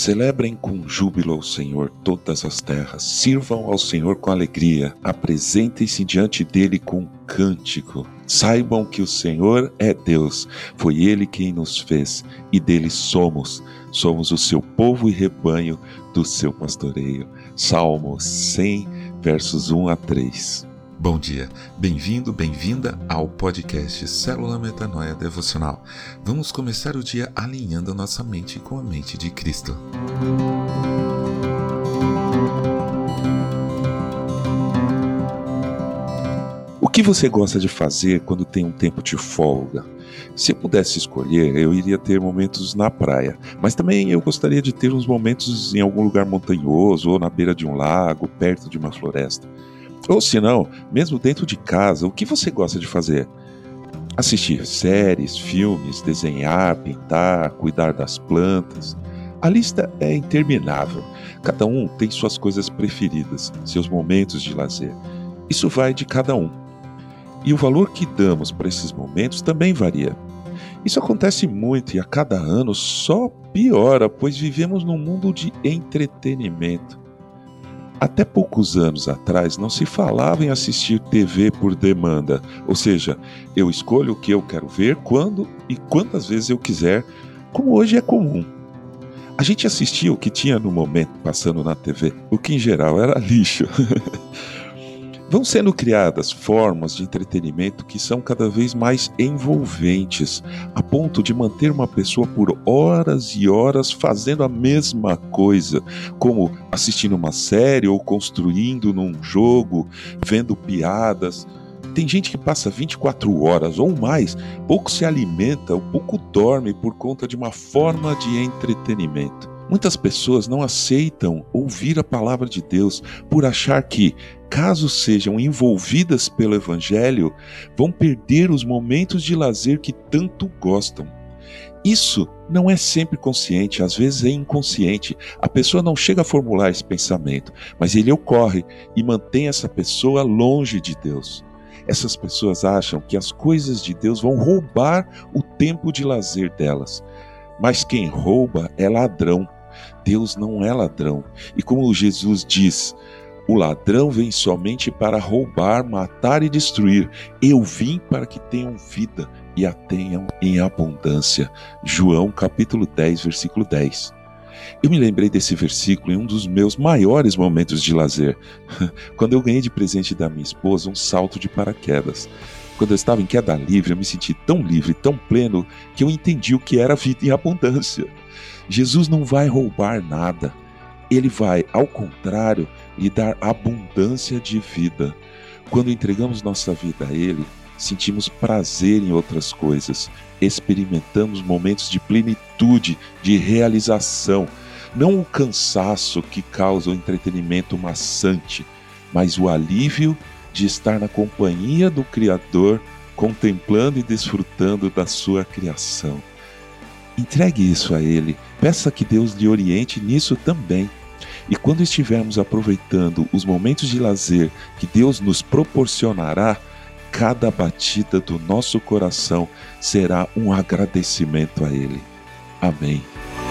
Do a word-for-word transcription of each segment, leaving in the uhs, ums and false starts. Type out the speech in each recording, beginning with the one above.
Celebrem com júbilo ao Senhor todas as terras, sirvam ao Senhor com alegria, apresentem-se diante dele com cântico. Saibam que o Senhor é Deus, foi Ele quem nos fez e dele somos. Somos o seu povo e rebanho do seu pastoreio. Salmo cem, versos um a três. Bom dia, bem-vindo, bem-vinda ao podcast Célula Metanoia Devocional. Vamos começar o dia alinhando a nossa mente com a mente de Cristo. O que você gosta de fazer quando tem um tempo de folga? Se eu pudesse escolher, eu iria ter momentos na praia, mas também eu gostaria de ter uns momentos em algum lugar montanhoso ou na beira de um lago, perto de uma floresta. Ou se não, mesmo dentro de casa, o que você gosta de fazer? Assistir séries, filmes, desenhar, pintar, cuidar das plantas. A lista é interminável. Cada um tem suas coisas preferidas, seus momentos de lazer. Isso vai de cada um. E o valor que damos para esses momentos também varia. Isso acontece muito e a cada ano só piora, pois vivemos num mundo de entretenimento. Até poucos anos atrás não se falava em assistir T V por demanda, ou seja, eu escolho o que eu quero ver, quando e quantas vezes eu quiser, como hoje é comum. A gente assistia o que tinha no momento passando na T V, o que em geral era lixo. Vão sendo criadas formas de entretenimento que são cada vez mais envolventes, a ponto de manter uma pessoa por horas e horas fazendo a mesma coisa, como assistindo uma série ou construindo num jogo, vendo piadas. Tem gente que passa vinte e quatro horas ou mais, pouco se alimenta ou pouco dorme por conta de uma forma de entretenimento. Muitas pessoas não aceitam ouvir a palavra de Deus por achar que, caso sejam envolvidas pelo Evangelho, vão perder os momentos de lazer que tanto gostam. Isso não é sempre consciente, às vezes é inconsciente. A pessoa não chega a formular esse pensamento, mas ele ocorre e mantém essa pessoa longe de Deus. Essas pessoas acham que as coisas de Deus vão roubar o tempo de lazer delas. Mas quem rouba é ladrão. Deus não é ladrão. E como Jesus diz, o ladrão vem somente para roubar, matar e destruir. Eu vim para que tenham vida e a tenham em abundância. João capítulo dez, versículo dez. Eu me lembrei desse versículo em um dos meus maiores momentos de lazer, quando eu ganhei de presente da minha esposa um salto de paraquedas. Quando eu estava em queda livre, eu me senti tão livre, tão pleno, que eu entendi o que era vida em abundância. Jesus não vai roubar nada. Ele vai, ao contrário, lhe dar abundância de vida. Quando entregamos nossa vida a Ele, sentimos prazer em outras coisas, experimentamos momentos de plenitude, de realização. Não o cansaço que causa o entretenimento maçante, mas o alívio de estar na companhia do Criador, contemplando e desfrutando da sua criação. Entregue isso a Ele, peça que Deus lhe oriente nisso também. E quando estivermos aproveitando os momentos de lazer que Deus nos proporcionará, cada batida do nosso coração será um agradecimento a Ele. Amém.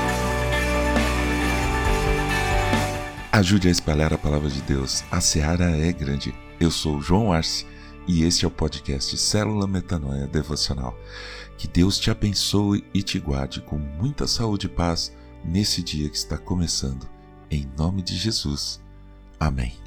Ajude a espalhar a palavra de Deus. A seara é grande. Eu sou o João Arce e este é o podcast Célula Metanoia Devocional. Que Deus te abençoe e te guarde com muita saúde e paz nesse dia que está começando. Em nome de Jesus. Amém.